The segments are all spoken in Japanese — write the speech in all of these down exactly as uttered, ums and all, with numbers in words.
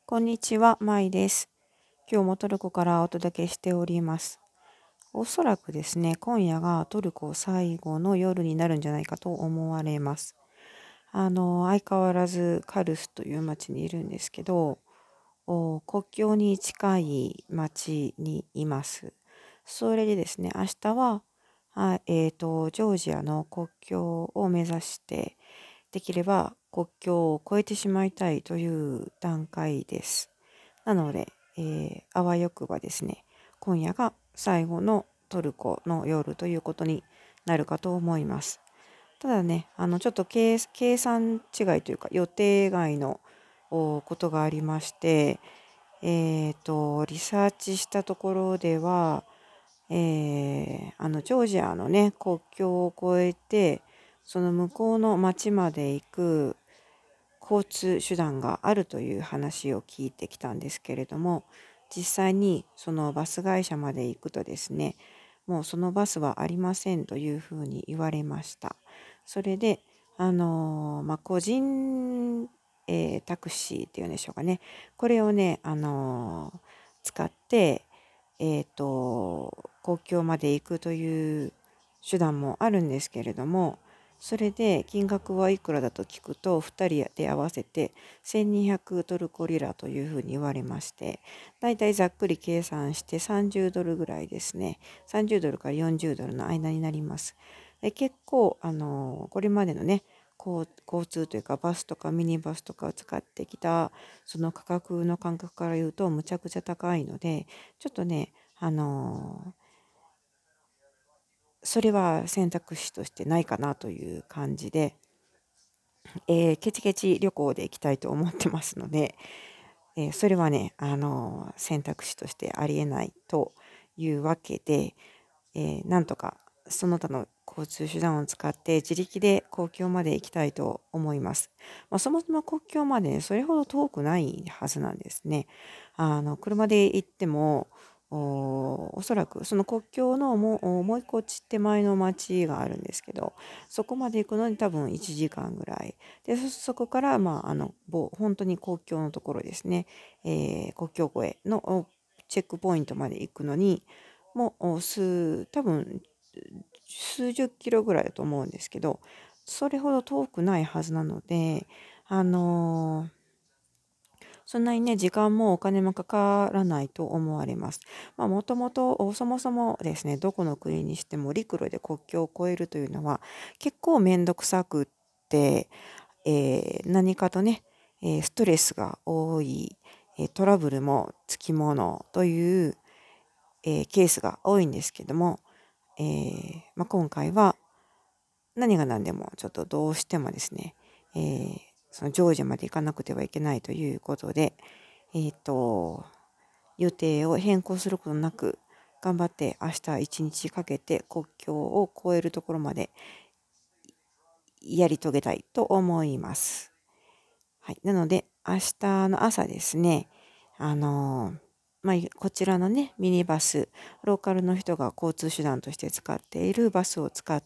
こんにちは、まいです。今日もトルコからお届けしております。おそらくですね、今夜がトルコ最後の夜になるんじゃないかと思われます。あの、相変わらずカルスという町にいるんですけど、お国境に近い町にいます。それでですね、明日は、はい、えっと、ジョージアの国境を目指して、できれば国境を越えてしまいたいという段階です。なので、えーあわよくばですね、今夜が最後のトルコの夜ということになるかと思います。ただね、あのちょっと計計算違いというか予定外のおことがありまして、えっと、リサーチしたところでは、えーあのジョージアのね、国境を越えて、その向こうの町まで行く交通手段があるという話を聞いてきたんですけれども、実際にそのバス会社まで行くとですね、もうそのバスはありませんというふうに言われました。それで、あのーまあ、個人、えータクシーっていうんでしょうかね。これをね、あのー使って、えっと、国境まで行くという手段もあるんですけれども、それで金額はいくらだと聞くと、ふたりで合わせてせんにひゃくトルコリラというふうに言われまして、だいたいざっくり計算してさんじゅうドルぐらいですね。さんじゅうドルからよんじゅうドルの間になります。で結構、あの、これまでのね、交交通というかバスとかミニバスとかを使ってきたその価格の感覚から言うとむちゃくちゃ高いので、ちょっとね、あのそれは選択肢としてないかなという感じで、えーケチケチ旅行で行きたいと思ってますので、えーそれはね、あの選択肢としてありえないというわけで、えーなんとかその他の交通手段を使って自力で国境まで行きたいと思います。まあ、そもそも国境までねそれほど遠くないはずなんですね。あの車で行ってもおおそらくその国境のもうもう一個ち手前の町があるんですけど、そこまで行くのに多分いちじかんぐらいで、そそこからまああの某本当に国境のところですね、えー国境越えのおチェックポイントまで行くのにもう数多分数十キロぐらいだと思うんですけど、それほど遠くないはずなので、あのーそんなにね、時間もお金もかからないと思われます。まあ、もともと、そもそもですね、どこの国にしても陸路で国境を越えるというのは結構めんどくさくって、えー何かとね、えーストレスが多い、えートラブルもつきものという、えーケースが多いんですけども、えーまあ、今回は何が何でもちょっとどうしてもですね、えーそのジョージアまで行かなくてはいけないということで、えっと、予定を変更することなく、頑張って明日一日かけて国境を越えるところまでやり遂げたいと思います。はい。なので、明日の朝ですね、あのーまあ、こちらのね、ミニバス、ローカルの人が交通手段として使っているバスを使って、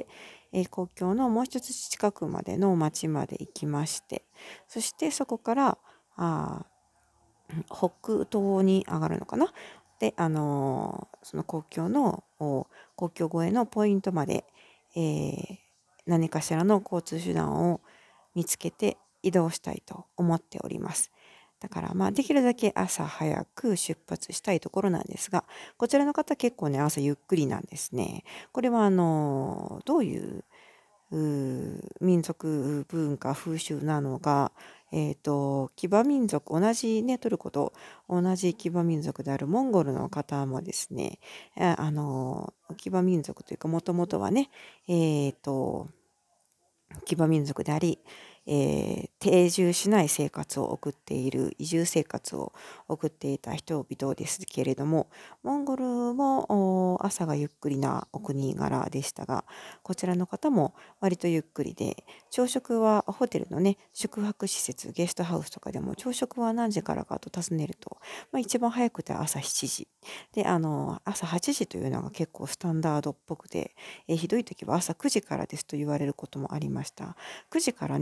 えー国境のもう一つ近くまでの町まで行きまして、そしてそこから、あ北東に上がるのかな。で、あのーその国境の、お国境越えのポイントまで、えー何かしらの交通手段を見つけて移動したいと思っております。だからまあできるだけ朝早く出発したいところなんですが、こちらの方結構ね朝ゆっくりなんですね。これはあのどういううー民族文化風習なのが、えっと、騎馬民族、同じね、トルコと同じ騎馬民族であるモンゴルの方もですね、ああの、騎馬民族というか、もともとはね、えっと、騎馬民族であり、えー定住しない生活を送っている、移住生活を送っていた人々ですけれども、モンゴルもお朝がゆっくりなお国柄でしたが、こちらの方も割とゆっくりで、朝食はホテルのね、宿泊施設、ゲストハウスとかでも朝食は何時からかと尋ねると、まあ、一番早くて朝しちじ。で、あの、朝はちじというのが結構スタンダードっぽくて、えーひどい時は朝くじからですと言われることもありました。くじからね、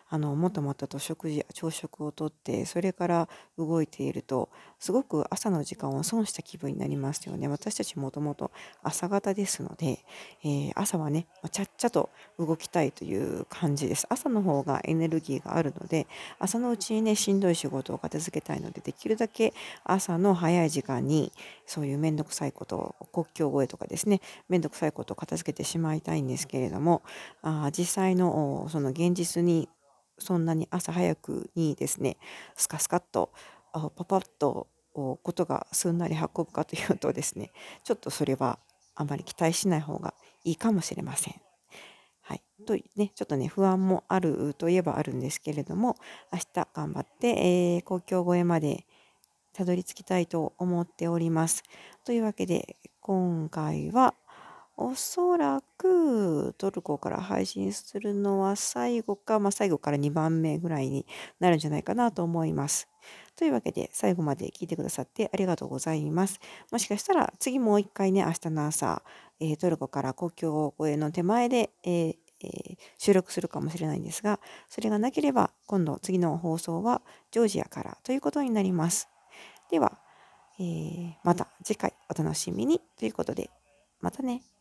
あのもともとと食事朝食をとってそれから動いているとすごく朝の時間を損した気分になりますよね。私たちもともと朝方ですので、えー朝はねちゃっちゃと動きたいという感じです。朝の方がエネルギーがあるので朝のうちにねしんどい仕事を片付けたいのでできるだけ朝の早い時間にそういうめんどくさいことを国境越えとかですねめんどくさいことを片付けてしまいたいんですけれどもあ実際のおその現実にそんなに朝早くにですねスカスカッとあパパッとおことがすんなり運ぶかというとですねちょっとそれはあまり期待しない方がいいかもしれません。はい。とね、ちょっとね、不安もあるといえばあるんですけれども、明日頑張って、えー、公共越えまでたどり着きたいと思っております。というわけで、今回はおそらくトルコから配信するのは最後か、まあ、最後からにばんめぐらいになるんじゃないかなと思います。というわけで、最後まで聞いてくださってありがとうございます。もしかしたら次もう一回ね、明日の朝、えートルコから国境越えの手前で、えーえー収録するかもしれないんですが、それがなければ、今度次の放送はジョージアからということになります。では、えーまた次回お楽しみにということで、またね。